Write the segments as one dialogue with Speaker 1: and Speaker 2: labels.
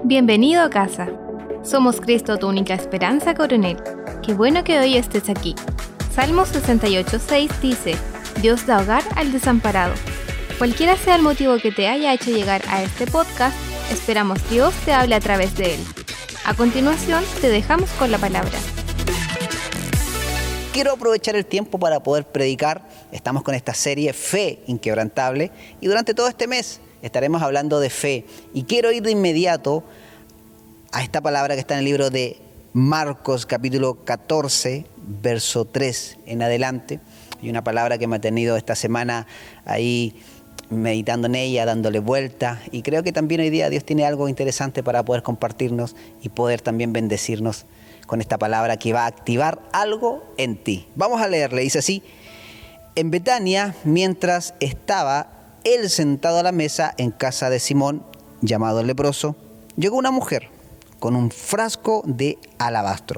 Speaker 1: Bienvenido a casa. Somos Cristo, tu única esperanza, Coronel. Qué bueno que hoy estés aquí. Salmo 68:6 dice: Dios da hogar al desamparado. Cualquiera sea el motivo que te haya hecho llegar a este podcast, esperamos Dios te hable a través de él. A continuación, te dejamos con la palabra.
Speaker 2: Quiero aprovechar el tiempo para poder predicar. Estamos con esta serie Fe Inquebrantable y durante todo este mes estaremos hablando de fe. Y quiero ir de inmediato a esta palabra que está en el libro de Marcos, capítulo 14, verso 3 en adelante. Y una palabra que me ha tenido esta semana ahí meditando en ella, dándole vuelta. Y creo que también hoy día Dios tiene algo interesante para poder compartirnos y poder también bendecirnos con esta palabra que va a activar algo en ti. Vamos a leerle, dice así: en Betania, mientras estaba él sentado a la mesa en casa de Simón, llamado el leproso, llegó una mujer con un frasco de alabastro,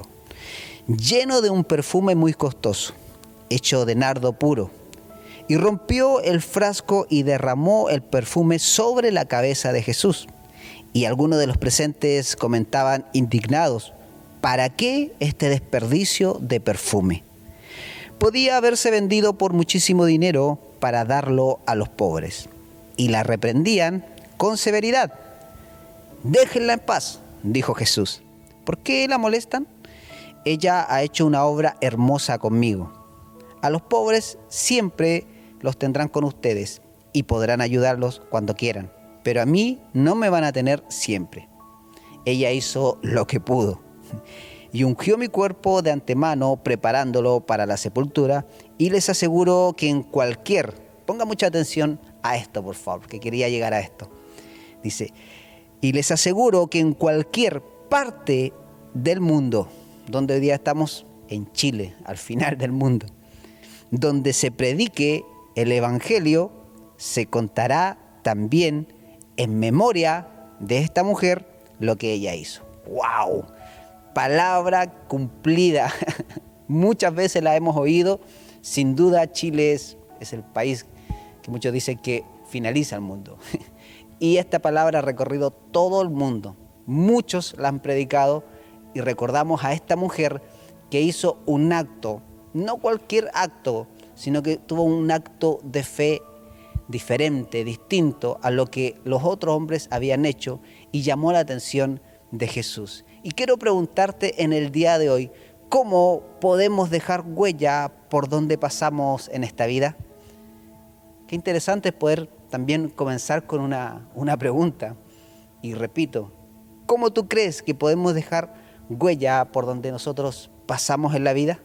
Speaker 2: lleno de un perfume muy costoso, hecho de nardo puro, y rompió el frasco y derramó el perfume sobre la cabeza de Jesús. Y algunos de los presentes comentaban indignados: ¿para qué este desperdicio de perfume? Podía haberse vendido por muchísimo dinero para darlo a los pobres. Y la reprendían con severidad. Déjenla en paz, dijo Jesús. ¿Por qué la molestan? Ella ha hecho una obra hermosa conmigo. A los pobres siempre los tendrán con ustedes y podrán ayudarlos cuando quieran, pero a mí no me van a tener siempre. Ella hizo lo que pudo y ungió mi cuerpo de antemano, preparándolo para la sepultura, y les aseguro que en cualquier, ponga mucha atención a esto por favor, que quería llegar a esto, dice, y les aseguro que en cualquier parte del mundo, donde hoy día estamos en Chile, al final del mundo, donde se predique el Evangelio, se contará también en memoria de esta mujer lo que ella hizo. ¡Wow! Palabra cumplida. Muchas veces la hemos oído. Sin duda Chile es el país que muchos dicen que finaliza el mundo. Y esta palabra ha recorrido todo el mundo. Muchos la han predicado y recordamos a esta mujer que hizo un acto, no cualquier acto, sino que tuvo un acto de fe diferente, distinto a lo que los otros hombres habían hecho y llamó la atención de Jesús. Y quiero preguntarte en el día de hoy, ¿cómo podemos dejar huella por donde pasamos en esta vida? Qué interesante es poder también comenzar con una pregunta. Y repito, ¿cómo tú crees que podemos dejar huella por donde nosotros pasamos en la vida?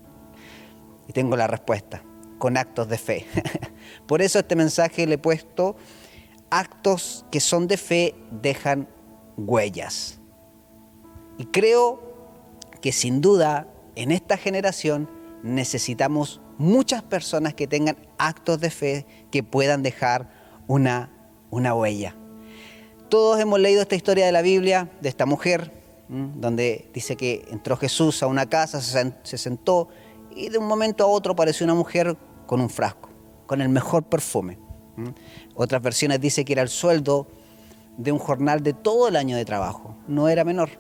Speaker 2: Y tengo la respuesta: con actos de fe. Por eso este mensaje le he puesto: actos que son de fe dejan huellas. Y creo que sin duda en esta generación necesitamos muchas personas que tengan actos de fe que puedan dejar una huella. Todos hemos leído esta historia de la Biblia, de esta mujer, donde dice que entró Jesús a una casa, se sentó y de un momento a otro apareció una mujer con un frasco, con el mejor perfume. Otras versiones dicen que era el sueldo de un jornal de todo el año de trabajo. No era menor.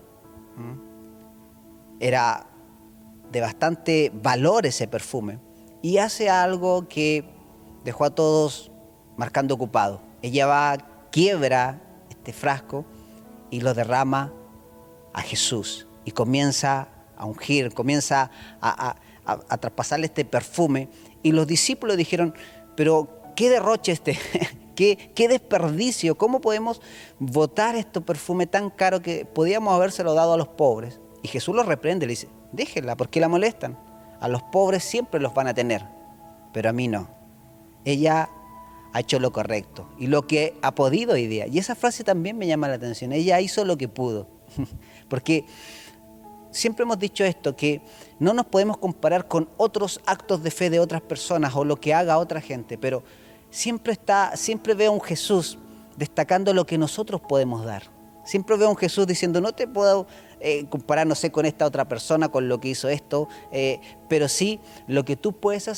Speaker 2: Era de bastante valor ese perfume. Y hace algo que dejó a todos marcando ocupado. Ella va, quiebra este frasco y lo derrama a Jesús. Y comienza a ungir, comienza a traspasarle este perfume. Y los discípulos dijeron: pero qué derroche qué desperdicio, ¿cómo podemos botar este perfume tan caro que podíamos habérselo dado a los pobres? Y Jesús los reprende, le dice: déjenla, ¿por qué la molestan? A los pobres siempre los van a tener, pero a mí no. Ella ha hecho lo correcto y lo que ha podido hoy día. Y esa frase también me llama la atención: ella hizo lo que pudo. Porque siempre hemos dicho esto, que no nos podemos comparar con otros actos de fe de otras personas o lo que haga otra gente, pero siempre veo a un Jesús destacando lo que nosotros podemos dar. Siempre veo a un Jesús diciendo: no te puedo comparar, no sé, con esta otra persona, con lo que hizo esto, pero sí lo que tú puedes hacer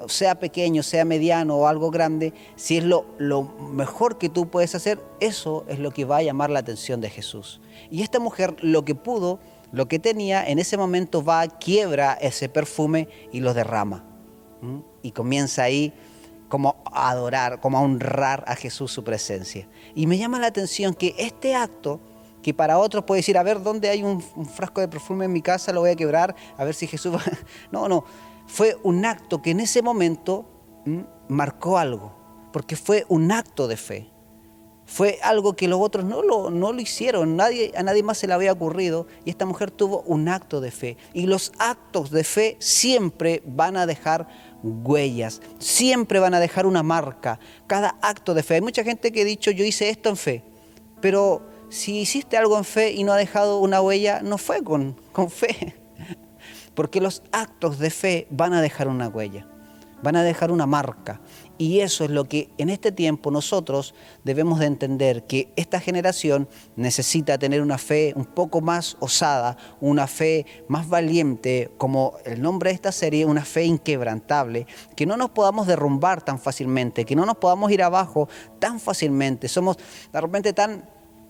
Speaker 2: sea pequeño, sea mediano o algo grande, si es lo mejor que tú puedes hacer, eso es lo que va a llamar la atención de Jesús. Y esta mujer lo que pudo, lo que tenía, en ese momento va, quiebra ese perfume y lo derrama. Y comienza ahí como a adorar, como a honrar a Jesús su presencia. Y me llama la atención que este acto, que para otros puede decir, a ver, ¿dónde hay un frasco de perfume en mi casa? Lo voy a quebrar, a ver si Jesús va... No, fue un acto que en ese momento marcó algo, porque fue un acto de fe. Fue algo que los otros no lo hicieron, a nadie más se le había ocurrido, y esta mujer tuvo un acto de fe. Y los actos de fe siempre van a dejar huellas, siempre van a dejar una marca, cada acto de fe. Hay mucha gente que ha dicho, yo hice esto en fe, pero si hiciste algo en fe y no ha dejado una huella, no fue con fe. Porque los actos de fe van a dejar una huella, van a dejar una marca. Y eso es lo que en este tiempo nosotros debemos de entender, que esta generación necesita tener una fe un poco más osada, una fe más valiente, como el nombre de esta serie, una fe inquebrantable, que no nos podamos derrumbar tan fácilmente, que no nos podamos ir abajo tan fácilmente. Somos de repente tan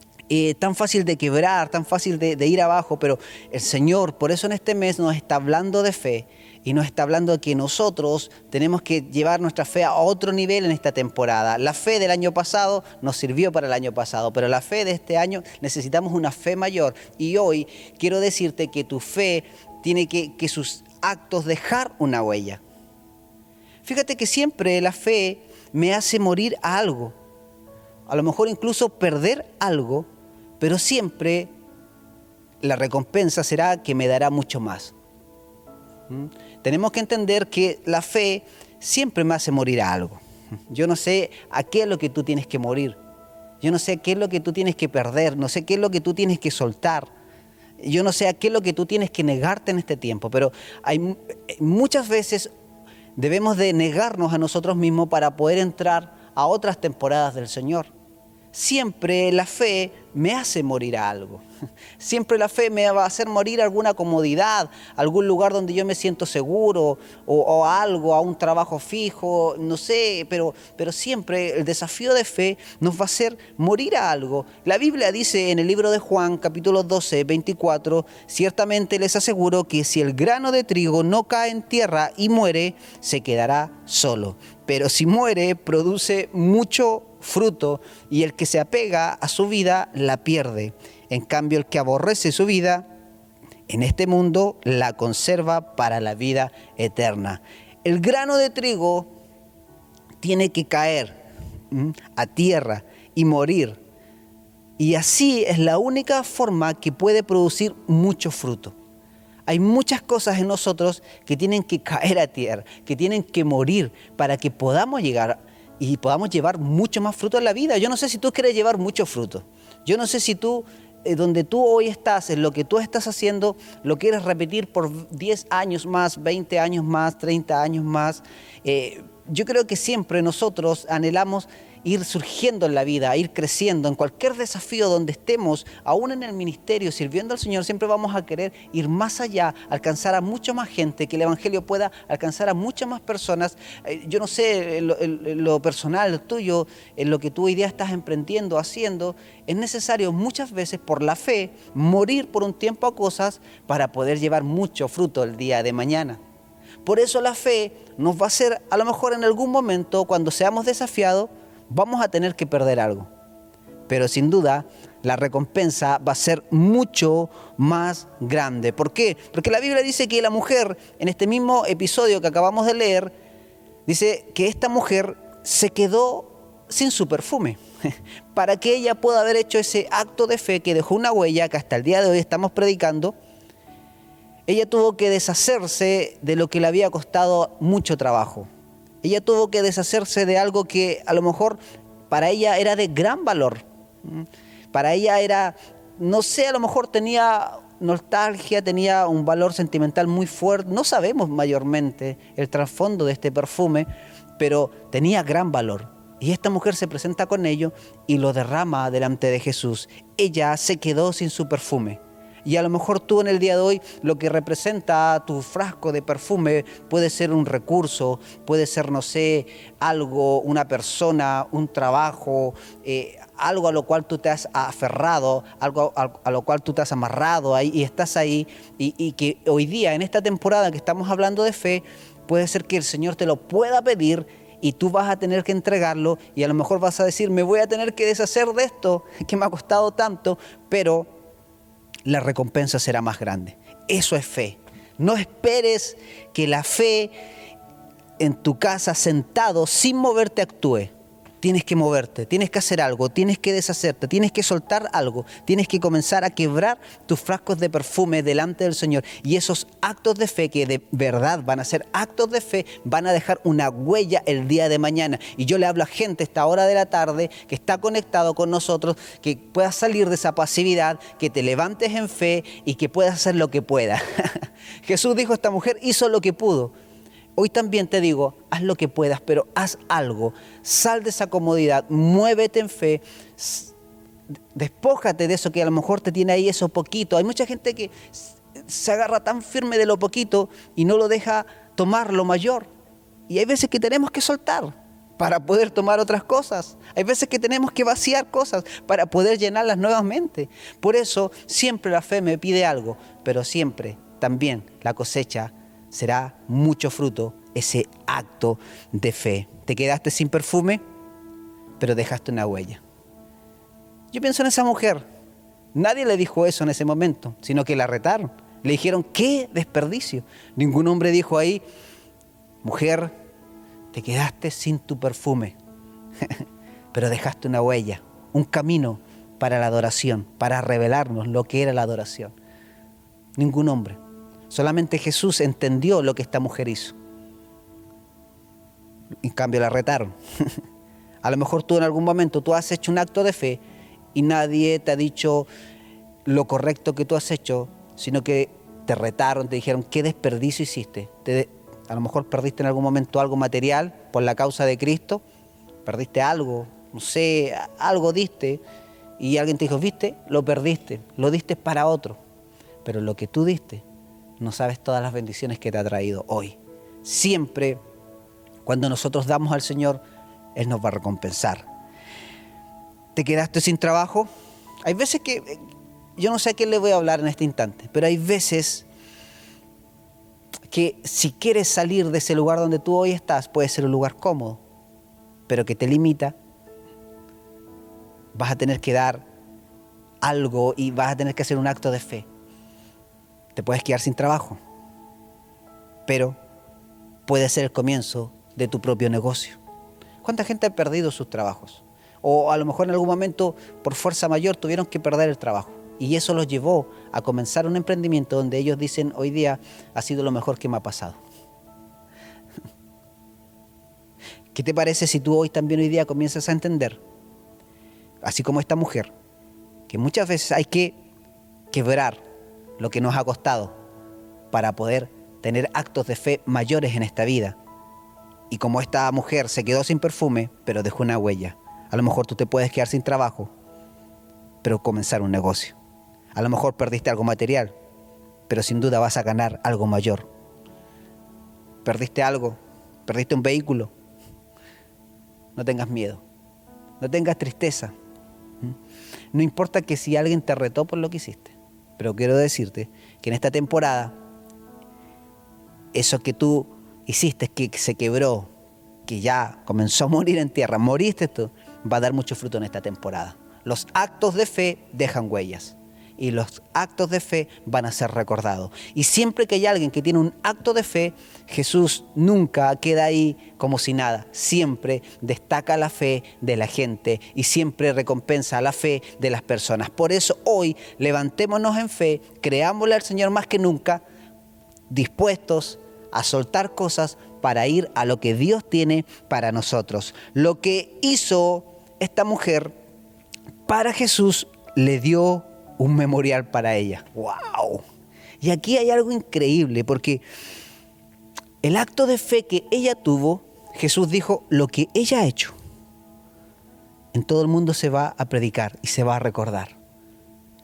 Speaker 2: fácil de quebrar, tan fácil de ir abajo, pero el Señor, por eso en este mes nos está hablando de fe y nos está hablando de que nosotros tenemos que llevar nuestra fe a otro nivel en esta temporada. La fe del año pasado nos sirvió para el año pasado, pero la fe de este año necesitamos una fe mayor. Y hoy quiero decirte que tu fe tiene que sus actos dejar una huella. Fíjate que siempre la fe me hace morir a algo, a lo mejor incluso perder algo, pero siempre la recompensa será que me dará mucho más. Tenemos que entender que la fe siempre me hace morir a algo. Yo no sé a qué es lo que tú tienes que morir. Yo no sé qué es lo que tú tienes que perder. No sé qué es lo que tú tienes que soltar. Yo no sé a qué es lo que tú tienes que negarte en este tiempo. Pero muchas veces debemos de negarnos a nosotros mismos para poder entrar a otras temporadas del Señor. Siempre la fe me hace morir a algo. Siempre la fe me va a hacer morir a alguna comodidad, a algún lugar donde yo me siento seguro, o a algo, a un trabajo fijo, no sé, pero siempre el desafío de fe nos va a hacer morir a algo. La Biblia dice en el libro de Juan, capítulo 12, 24, ciertamente les aseguro que si el grano de trigo no cae en tierra y muere, se quedará solo. Pero si muere, produce mucho fruto, y el que se apega a su vida la pierde. En cambio, el que aborrece su vida en este mundo la conserva para la vida eterna. El grano de trigo tiene que caer a tierra y morir. Y así es la única forma que puede producir mucho fruto. Hay muchas cosas en nosotros que tienen que caer a tierra, que tienen que morir para que podamos llegar y podamos llevar mucho más fruto en la vida. Yo no sé si tú quieres llevar mucho fruto. Yo no sé si tú, donde tú hoy estás, en lo que tú estás haciendo, lo quieres repetir por 10 años más, 20 años más, 30 años más. Yo creo que siempre nosotros anhelamos ir surgiendo en la vida, ir creciendo en cualquier desafío donde estemos, aún en el ministerio, sirviendo al Señor. Siempre vamos a querer ir más allá, alcanzar a mucha más gente, que el Evangelio pueda alcanzar a muchas más personas. Yo no sé, en lo personal tuyo, en lo que tú hoy día estás emprendiendo, haciendo, es necesario muchas veces por la fe morir por un tiempo a cosas para poder llevar mucho fruto el día de mañana. Por eso la fe nos va a hacer, a lo mejor en algún momento, cuando seamos desafiados, vamos a tener que perder algo. Pero sin duda, la recompensa va a ser mucho más grande. ¿Por qué? Porque la Biblia dice que la mujer, en este mismo episodio que acabamos de leer, dice que esta mujer se quedó sin su perfume. Para que ella pueda haber hecho ese acto de fe que dejó una huella que hasta el día de hoy estamos predicando, ella tuvo que deshacerse de lo que le había costado mucho trabajo. Ella tuvo que deshacerse de algo que a lo mejor para ella era de gran valor. Para ella era, no sé, a lo mejor tenía nostalgia, tenía un valor sentimental muy fuerte. No sabemos mayormente el trasfondo de este perfume, pero tenía gran valor. Y esta mujer se presenta con ello y lo derrama delante de Jesús. Ella se quedó sin su perfume. Y a lo mejor tú en el día de hoy lo que representa tu frasco de perfume puede ser un recurso, puede ser, no sé, algo, una persona, un trabajo, algo a lo cual tú te has aferrado, algo a lo cual tú te has amarrado ahí y estás ahí. Y que hoy día, en esta temporada que estamos hablando de fe, puede ser que el Señor te lo pueda pedir y tú vas a tener que entregarlo y a lo mejor vas a decir, me voy a tener que deshacer de esto que me ha costado tanto, pero la recompensa será más grande. Eso es fe. No esperes que la fe en tu casa sentado sin moverte actúe. Tienes que moverte, tienes que hacer algo, tienes que deshacerte, tienes que soltar algo, tienes que comenzar a quebrar tus frascos de perfume delante del Señor. Y esos actos de fe que de verdad van a ser actos de fe, van a dejar una huella el día de mañana. Y yo le hablo a gente a esta hora de la tarde que está conectado con nosotros, que puedas salir de esa pasividad, que te levantes en fe y que puedas hacer lo que puedas. Jesús dijo, esta mujer hizo lo que pudo. Hoy también te digo, haz lo que puedas, pero haz algo. Sal de esa comodidad, muévete en fe, despójate de eso que a lo mejor te tiene ahí eso poquito. Hay mucha gente que se agarra tan firme de lo poquito y no lo deja tomar lo mayor. Y hay veces que tenemos que soltar para poder tomar otras cosas. Hay veces que tenemos que vaciar cosas para poder llenarlas nuevamente. Por eso siempre la fe me pide algo, pero siempre también la cosecha será mucho fruto, ese acto de fe. Te quedaste sin perfume, pero dejaste una huella. Yo pienso en esa mujer. Nadie le dijo eso en ese momento, sino que la retaron. Le dijeron, ¡qué desperdicio! Ningún hombre dijo ahí, mujer, te quedaste sin tu perfume, pero dejaste una huella, un camino para la adoración, para revelarnos lo que era la adoración. Ningún hombre. Solamente Jesús entendió lo que esta mujer hizo. En cambio la retaron. A lo mejor tú en algún momento tú has hecho un acto de fe y nadie te ha dicho lo correcto que tú has hecho, sino que te retaron, te dijeron, ¿qué desperdicio hiciste? A lo mejor perdiste en algún momento algo material por la causa de Cristo, perdiste algo, no sé, algo diste y alguien te dijo, ¿viste? Lo perdiste, lo diste para otro, pero lo que tú diste, no sabes todas las bendiciones que te ha traído hoy. Siempre, cuando nosotros damos al Señor, Él nos va a recompensar. ¿Te quedaste sin trabajo? Hay veces que, yo no sé a quién le voy a hablar en este instante, pero hay veces que si quieres salir de ese lugar donde tú hoy estás, puede ser un lugar cómodo, pero que te limita. Vas a tener que dar algo y vas a tener que hacer un acto de fe. Te puedes quedar sin trabajo, pero puede ser el comienzo de tu propio negocio. ¿Cuánta gente ha perdido sus trabajos? O a lo mejor en algún momento, por fuerza mayor, tuvieron que perder el trabajo. Y eso los llevó a comenzar un emprendimiento donde ellos dicen, hoy día ha sido lo mejor que me ha pasado. ¿Qué te parece si tú hoy también hoy día comienzas a entender, así como esta mujer, que muchas veces hay que quebrar lo que nos ha costado para poder tener actos de fe mayores en esta vida? Y como esta mujer se quedó sin perfume, pero dejó una huella. A lo mejor tú te puedes quedar sin trabajo, pero comenzar un negocio. A lo mejor perdiste algo material, pero sin duda vas a ganar algo mayor. Perdiste algo, perdiste un vehículo. No tengas miedo, no tengas tristeza. No importa que si alguien te retó por lo que hiciste, pero quiero decirte que en esta temporada, eso que tú hiciste, que se quebró, que ya comenzó a morir en tierra, moriste tú, va a dar mucho fruto en esta temporada. Los actos de fe dejan huellas y los actos de fe van a ser recordados. Y siempre que hay alguien que tiene un acto de fe, Jesús nunca queda ahí como si nada. Siempre destaca la fe de la gente y siempre recompensa la fe de las personas. Por eso hoy levantémonos en fe, creámosle al Señor más que nunca, dispuestos a soltar cosas para ir a lo que Dios tiene para nosotros. Lo que hizo esta mujer para Jesús le dio un memorial para ella. ¡Wow! Y aquí hay algo increíble, porque el acto de fe que ella tuvo, Jesús dijo, lo que ella ha hecho, en todo el mundo se va a predicar y se va a recordar.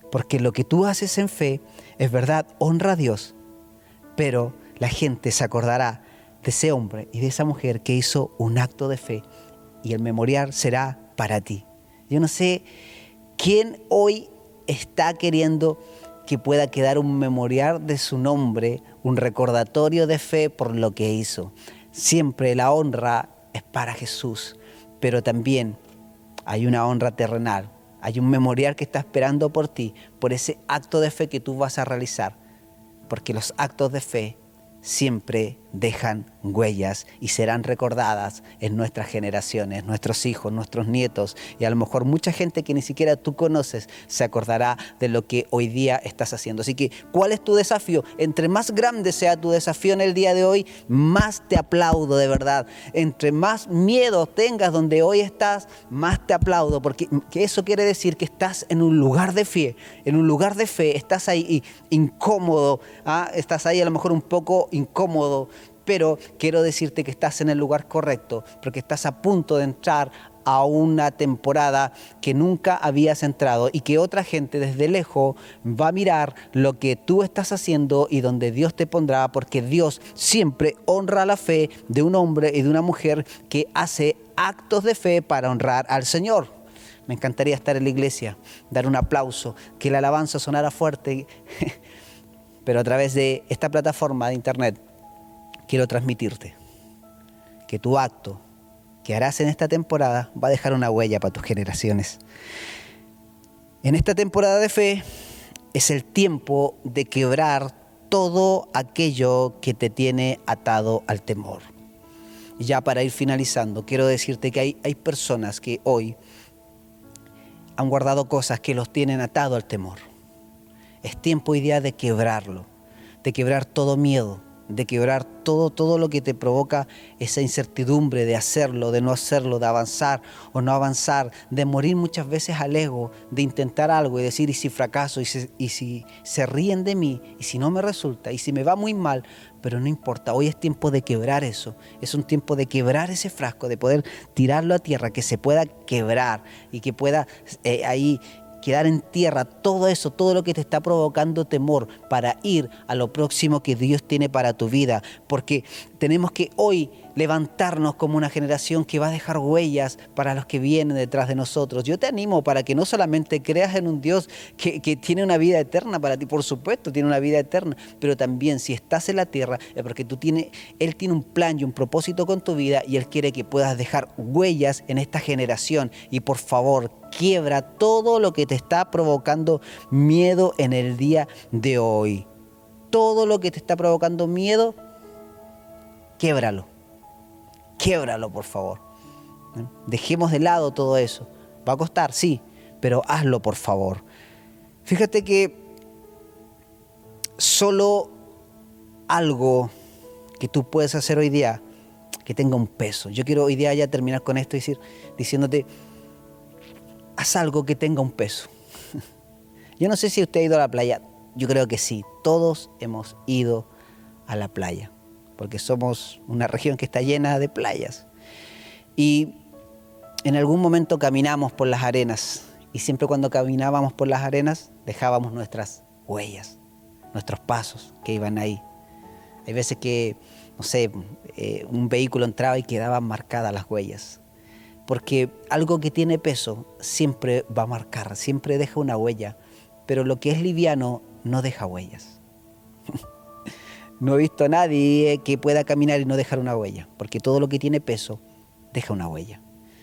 Speaker 2: Porque lo que tú haces en fe es verdad, honra a Dios, pero la gente se acordará de ese hombre y de esa mujer que hizo un acto de fe y el memorial será para ti. Yo no sé quién hoy está queriendo que pueda quedar un memorial de su nombre, un recordatorio de fe por lo que hizo. Siempre la honra es para Jesús, pero también hay una honra terrenal. Hay un memorial que está esperando por ti, por ese acto de fe que tú vas a realizar. Porque los actos de fe siempre dejan huellas y serán recordadas en nuestras generaciones, nuestros hijos, nuestros nietos, y a lo mejor mucha gente que ni siquiera tú conoces se acordará de lo que hoy día estás haciendo. Así que, ¿cuál es tu desafío? Entre más grande sea tu desafío en el día de hoy, más te aplaudo de verdad. Entre más miedo tengas donde hoy estás, más te aplaudo, porque eso quiere decir que estás en un lugar de fe, estás ahí incómodo, estás ahí a lo mejor un poco incómodo, pero quiero decirte que estás en el lugar correcto, porque estás a punto de entrar a una temporada que nunca habías entrado y que otra gente desde lejos va a mirar lo que tú estás haciendo y donde Dios te pondrá, porque Dios siempre honra la fe de un hombre y de una mujer que hace actos de fe para honrar al Señor. Me encantaría estar en la iglesia, dar un aplauso, que la alabanza sonara fuerte, pero a través de esta plataforma de internet quiero transmitirte que tu acto que harás en esta temporada va a dejar una huella para tus generaciones. En esta temporada de fe es el tiempo de quebrar todo aquello que te tiene atado al temor. Y ya para ir finalizando, quiero decirte que hay personas que hoy han guardado cosas que los tienen atado al temor. Es tiempo hoy día de quebrarlo, de quebrar todo miedo, de quebrar todo lo que te provoca esa incertidumbre de hacerlo, de no hacerlo, de avanzar o no avanzar, de morir muchas veces al ego, de intentar algo y decir, ¿y si fracaso? ¿Y si se ríen de mí? ¿Y si no me resulta? ¿Y si me va muy mal? Pero no importa, hoy es tiempo de quebrar eso, es un tiempo de quebrar ese frasco, de poder tirarlo a tierra, que se pueda quebrar y que pueda ahí quedar en tierra todo eso, todo lo que te está provocando temor para ir a lo próximo que Dios tiene para tu vida. Porque tenemos que hoy levantarnos como una generación que va a dejar huellas para los que vienen detrás de nosotros. Yo te animo para que no solamente creas en un Dios que tiene una vida eterna para ti, por supuesto, tiene una vida eterna, pero también si estás en la tierra es porque Él tiene un plan y un propósito con tu vida y Él quiere que puedas dejar huellas en esta generación. Y por favor, quiebra todo lo que te está provocando miedo en el día de hoy. Todo lo que te está provocando miedo, québralo. Québralo, por favor. Dejemos de lado todo eso. Va a costar, sí, pero hazlo, por favor. Fíjate que solo algo que tú puedes hacer hoy día que tenga un peso. Yo quiero hoy día ya terminar con esto y diciéndote, haz algo que tenga un peso. Yo no sé si usted ha ido a la playa. Yo creo que sí. Todos hemos ido a la playa, porque somos una región que está llena de playas. Y en algún momento caminamos por las arenas, y siempre cuando caminábamos por las arenas dejábamos nuestras huellas, nuestros pasos que iban ahí. Hay veces que, no sé, un vehículo entraba y quedaban marcadas las huellas, porque algo que tiene peso siempre va a marcar, siempre deja una huella, pero lo que es liviano no deja huellas. No he visto a nadie que pueda caminar y no dejar una huella, porque todo lo que tiene peso deja una huella.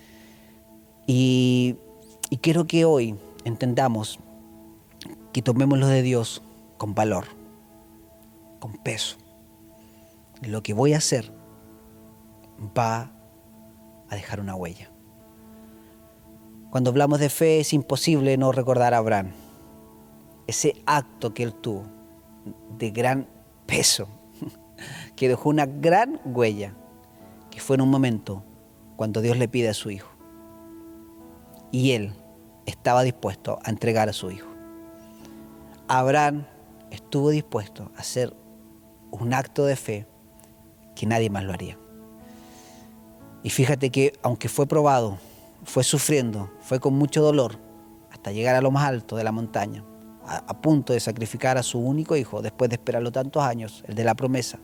Speaker 2: Y quiero que hoy entendamos que tomemos lo de Dios con valor, con peso. Lo que voy a hacer va a dejar una huella. Cuando hablamos de fe es imposible no recordar a Abraham, ese acto que él tuvo de gran peso, que dejó una gran huella, que fue en un momento cuando Dios le pide a su hijo y él estaba dispuesto a entregar a su hijo. Abraham estuvo dispuesto a hacer un acto de fe que nadie más lo haría. Y fíjate que aunque fue probado, fue sufriendo, fue con mucho dolor hasta llegar a lo más alto de la montaña, a punto de sacrificar a su único hijo después de esperarlo tantos años, el de la promesa.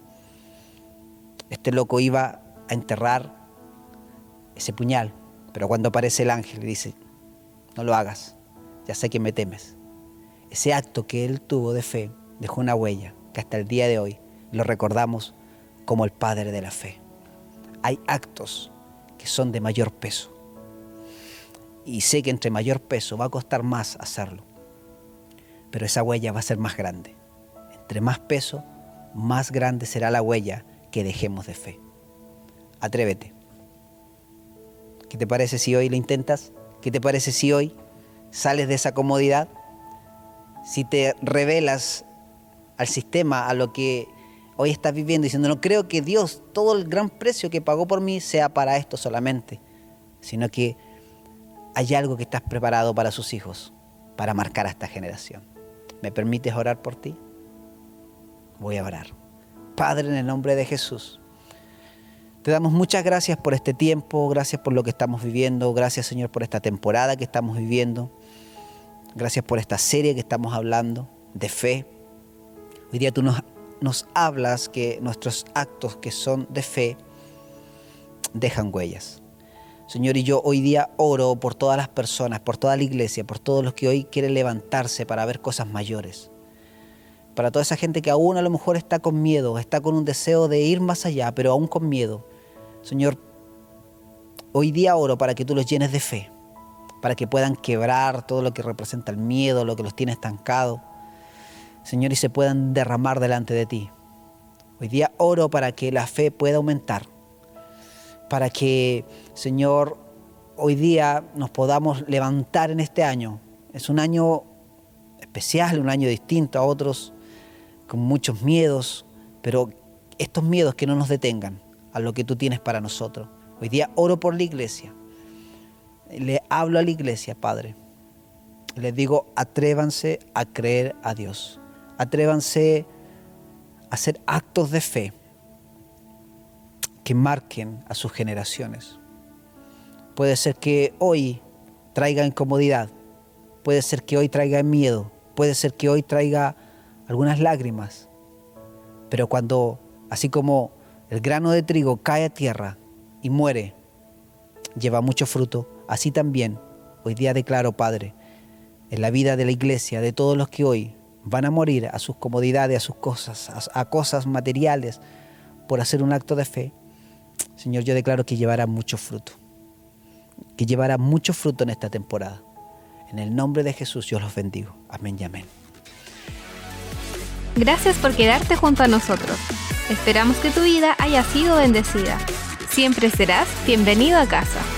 Speaker 2: Este loco iba a enterrar ese puñal, pero cuando aparece el ángel le dice: no lo hagas, ya sé que me temes. Ese acto que él tuvo de fe dejó una huella que hasta el día de hoy lo recordamos como el padre de la fe. Hay actos que son de mayor peso, y sé que entre mayor peso va a costar más hacerlo, pero esa huella va a ser más grande. Entre más peso, más grande será la huella que dejemos de fe. Atrévete. ¿Qué te parece si hoy lo intentas? ¿Qué te parece si hoy sales de esa comodidad? Si te revelas al sistema, a lo que hoy estás viviendo, diciendo: no creo que Dios, todo el gran precio que pagó por mí sea para esto solamente, sino que hay algo que estás preparado para sus hijos, para marcar a esta generación. ¿Me permites orar por ti? Voy a orar. Padre, en el nombre de Jesús, te damos muchas gracias por este tiempo, gracias por lo que estamos viviendo, gracias, Señor, por esta temporada que estamos viviendo, gracias por esta serie que estamos hablando de fe. Hoy día tú nos hablas que nuestros actos que son de fe dejan huellas. Señor, y yo hoy día oro por todas las personas, por toda la iglesia, por todos los que hoy quieren levantarse para ver cosas mayores. Para toda esa gente que aún a lo mejor está con miedo, está con un deseo de ir más allá, pero aún con miedo. Señor, hoy día oro para que tú los llenes de fe, para que puedan quebrar todo lo que representa el miedo, lo que los tiene estancados, Señor, y se puedan derramar delante de ti. Hoy día oro para que la fe pueda aumentar, para que, Señor, hoy día nos podamos levantar en este año. Es un año especial, un año distinto a otros, con muchos miedos, pero estos miedos que no nos detengan a lo que tú tienes para nosotros. Hoy día oro por la iglesia. Le hablo a la iglesia, Padre. Les digo: atrévanse a creer a Dios. Atrévanse a hacer actos de fe que marquen a sus generaciones. Puede ser que hoy traiga incomodidad, puede ser que hoy traiga miedo, puede ser que hoy traiga algunas lágrimas, pero cuando, así como el grano de trigo cae a tierra y muere, lleva mucho fruto, así también hoy día declaro, Padre, en la vida de la iglesia, de todos los que hoy van a morir a sus comodidades, a sus cosas, a cosas materiales, por hacer un acto de fe, Señor, yo declaro que llevará mucho fruto, que llevará mucho fruto en esta temporada. En el nombre de Jesús yo los bendigo. Amén y amén.
Speaker 1: Gracias por quedarte junto a nosotros. Esperamos que tu vida haya sido bendecida. Siempre serás bienvenido a casa.